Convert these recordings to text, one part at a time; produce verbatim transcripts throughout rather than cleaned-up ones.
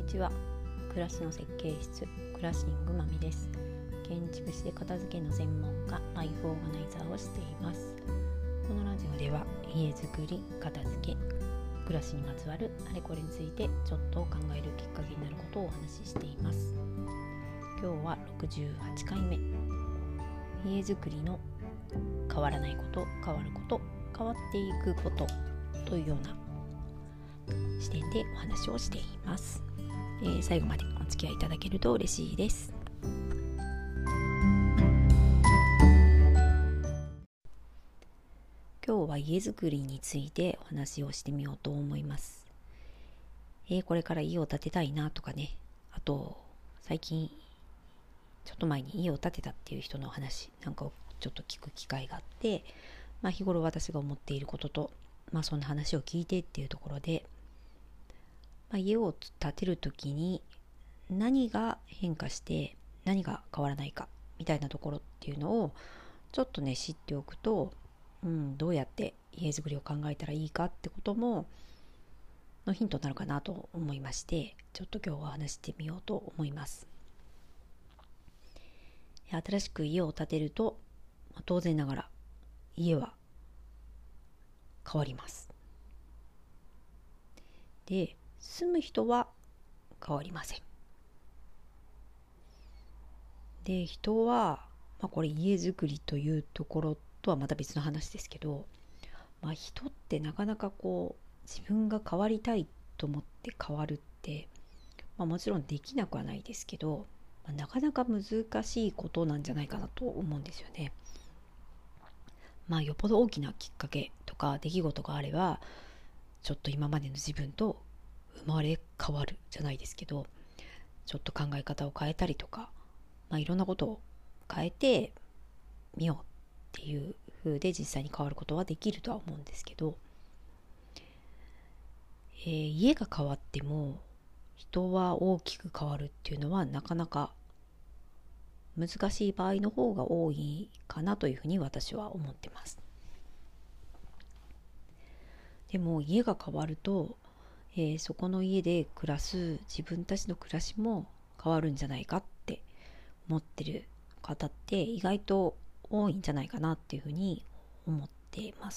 にちは。暮らしの設計室クラシングまみです。建築士で片付けの専門家、ライフオーガナイザーをしています。このラジオでは家づくり、片付け、暮らしにまつわるあれこれについてちょっと考えるきっかけになることをお話ししています。今日はろくじゅうはちかいめ、家づくりの変わらないこと、変わること、変わっていくことというような視点でお話をしています。えー、最後までお付き合いいただけると嬉しいです。今日は家づくりについてお話をしてみようと思います。えー、これから家を建てたいなとかね、あと最近ちょっと前に家を建てたっていう人の話なんかをちょっと聞く機会があって、まあ、日頃私が思っていることと、まあ、そんな話を聞いてっていうところで、まあ、家を建てるときに何が変化して何が変わらないかみたいなところっていうのをちょっとね知っておくと、うん、どうやって家づくりを考えたらいいかってことものヒントになるかなと思いまして、ちょっと今日は話してみようと思います。新しく家を建てると、まあ、当然ながら家は変わります。で、住む人は変わりません。で、人は、まあ、これ家づくりというところとはまた別の話ですけど、まあ、人ってなかなかこう自分が変わりたいと思って変わるって、まあ、もちろんできなくはないですけど、まあ、なかなか難しいことなんじゃないかなと思うんですよね。まあよっぽど大きなきっかけとか出来事があれば、ちょっと今までの自分と生まれ変わるじゃないですけど、ちょっと考え方を変えたりとか、まあ、いろんなことを変えてみようっていう風で実際に変わることはできるとは思うんですけど、えー、家が変わっても人は大きく変わるっていうのはなかなか難しい場合の方が多いかなというふうに私は思ってます。でも家が変わると、えー、そこの家で暮らす自分たちの暮らしも変わるんじゃないかって思ってる方って意外と多いんじゃないかなっていうふうに思っています。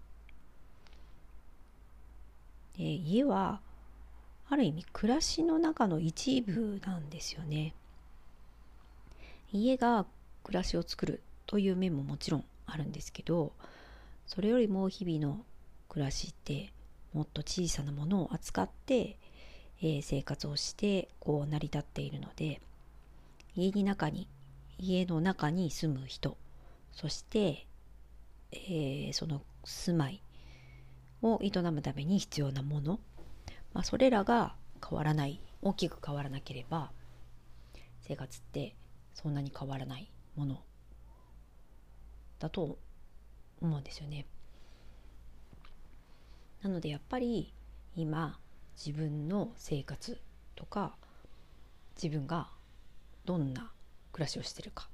で、家はある意味暮らしの中の一部なんですよね。家が暮らしを作るという面ももちろんあるんですけど、それよりも日々の暮らしってもっと小さなものを扱って、えー、生活をしてこう成り立っているので、家に中に家の中に住む人、そして、えー、その住まいを営むために必要なもの、まあ、それらが変わらない、大きく変わらなければ生活ってそんなに変わらないものだと思うんですよね。なのでやっぱり今自分の生活とか自分がどんな暮らしをしているか、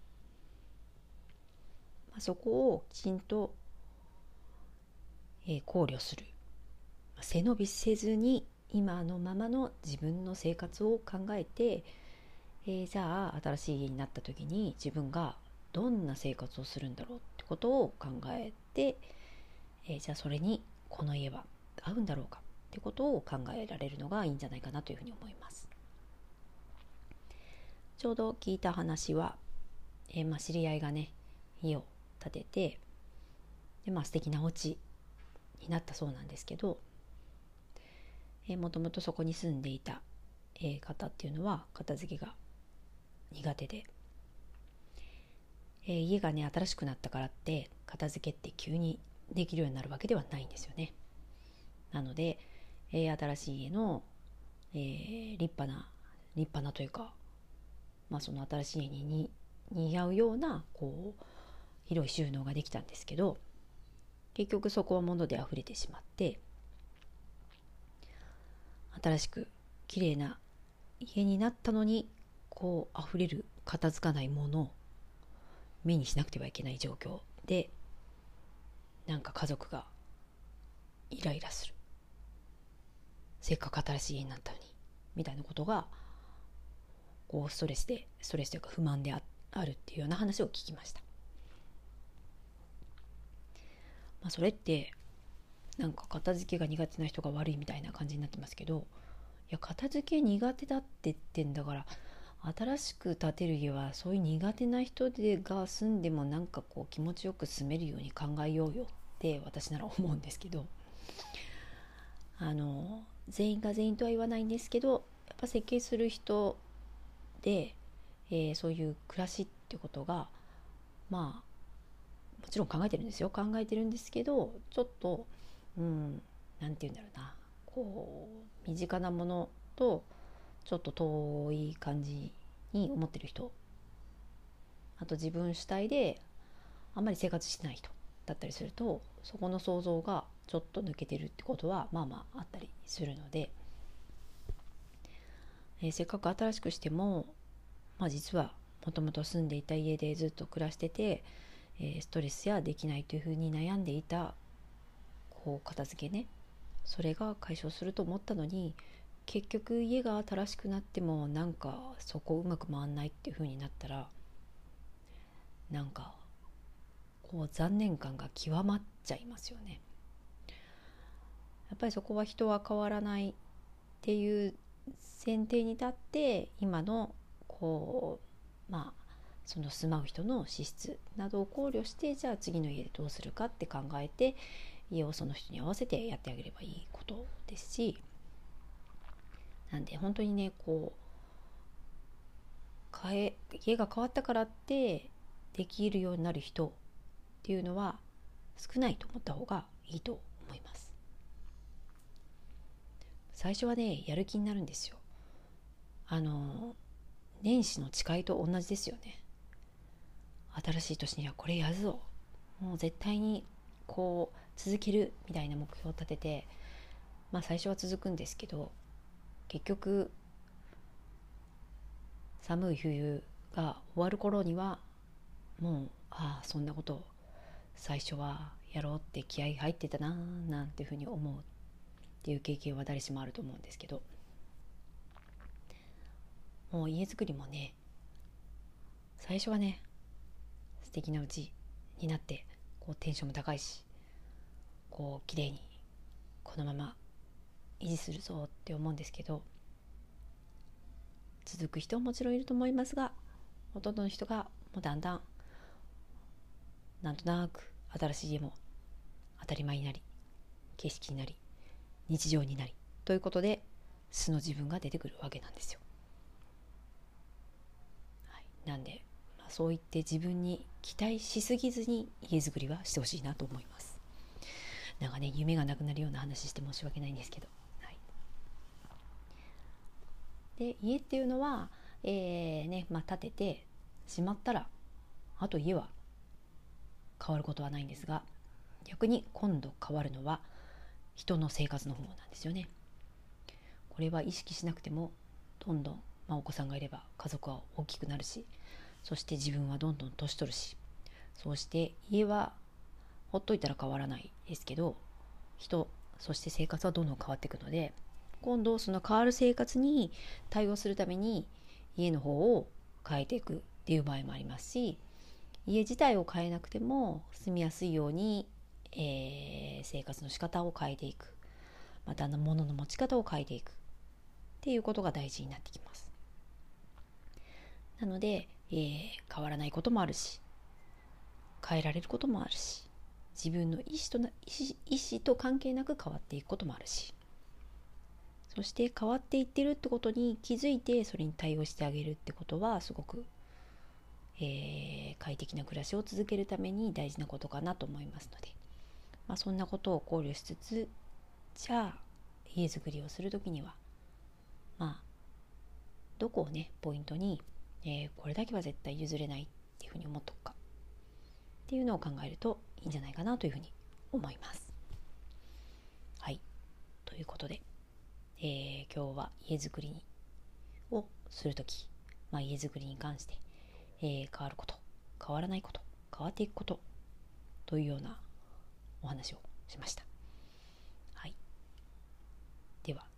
まあ、そこをきちんと、えー、考慮する、背伸びせずに今のままの自分の生活を考えて、えー、じゃあ新しい家になった時に自分がどんな生活をするんだろうってことを考えて、えー、じゃあそれにこの家は合うんだろうかってことを考えられるのがいいんじゃないかなというふうに思います。ちょうど聞いた話は、えーまあ、知り合いがね家を建ててで、まあ、素敵なお家になったそうなんですけど、えー、もともとそこに住んでいた、えー、方っていうのは片付けが苦手で、えー、家がね新しくなったからって片付けって急にできるようになるわけではないんですよね。なので、えー、新しい家の、えー、立派な立派なというか、まあ、その新しい家に似合うようなこう広い収納ができたんですけど、結局そこは物で溢れてしまって、新しく綺麗な家になったのにこう溢れる片付かないものを目にしなくてはいけない状況で、なんか家族がイライラする。せっかく新しい家になったのにみたいなことがこうストレスでストレスというか不満で あ, あるっていうような話を聞きました。まあ、それってなんか片付けが苦手な人が悪いみたいな感じになってますけど、いや片付け苦手だって言ってんだから、新しく建てる家はそういう苦手な人でが住んでもなんかこう気持ちよく住めるように考えようよって私なら思うんですけど、あの全員が全員とは言わないんですけど、やっぱ設計する人で、えー、そういう暮らしっていうことがまあもちろん考えてるんですよ考えてるんですけど、ちょっとうんなんて言うんだろうな、こう身近なものとちょっと遠い感じに思ってる人、あと自分主体であんまり生活してない人だったりすると、そこの想像がちょっと抜けてるってことはまあまああったりするので、えー、せっかく新しくしても、まあ、実はもともと住んでいた家でずっと暮らしてて、えー、ストレスやできないというふうに悩んでいたこう片付けね、それが解消すると思ったのに、結局家が新しくなってもなんかそこうまく回んないっていう風になったら、なんかこう残念感が極まっちゃいますよね。やっぱりそこは人は変わらないっていう前提に立って、今のこうまあその住まう人の資質などを考慮して、じゃあ次の家でどうするかって考えて、家をその人に合わせてやってあげればいいことですし、なんで本当にね、こう変え家が変わったからってできるようになる人っていうのは少ないと思った方がいいと思います。最初はねやる気になるんですよ。あの年始の誓いと同じですよね。新しい年にはこれやるぞ、もう絶対にこう続けるみたいな目標を立てて、まあ最初は続くんですけど、結局寒い冬が終わる頃にはもうああそんなこと最初はやろうって気合入ってたななんていうふうに思うっていう経験は誰しもあると思うんですけど、もう家づくりもね、最初はね素敵な家になって、こうテンションも高いし、こう綺麗にこのまま維持するぞって思うんですけど、続く人ももちろんいると思いますが、ほとんどの人がもうだんだんなんとなく新しい家も当たり前になり、景色になり、日常になりということで素の自分が出てくるわけなんですよ。はい、なんで、まあ、そう言って自分に期待しすぎずに家づくりはしてほしいなと思います。なんかね夢がなくなるような話して申し訳ないんですけど、はい、で家っていうのは、えーねまあ、建ててしまったらあと家は変わることはないんですが、逆に今度変わるのは人の生活の方なんですよね。これは意識しなくてもどんどん、まあ、お子さんがいれば家族は大きくなるし、そして自分はどんどん年取るし、そうして家はほっといたら変わらないですけど、人そして生活はどんどん変わっていくので、今度その変わる生活に対応するために家の方を変えていくっていう場合もありますし、家自体を変えなくても住みやすいように、えー、生活の仕方を変えていく、また物の持ち方を変えていくっていうことが大事になってきます。なので、えー、変わらないこともあるし、変えられることもあるし、自分の意思とな意思、意思と関係なく変わっていくこともあるし、そして変わっていってるってことに気づいてそれに対応してあげるってことはすごく、えー、快適な暮らしを続けるために大事なことかなと思いますので、まあ、そんなことを考慮しつつ、じゃあ家づくりをするときにはまあどこをねポイントに、えー、これだけは絶対譲れないっていうふうに思っとくかっていうのを考えるといいんじゃないかなというふうに思います。はい、ということで、えー、今日は家づくりをするとき、まあ、家づくりに関して、えー、変わること、変わらないこと、変わっていくことというようなお話をしました。はい、では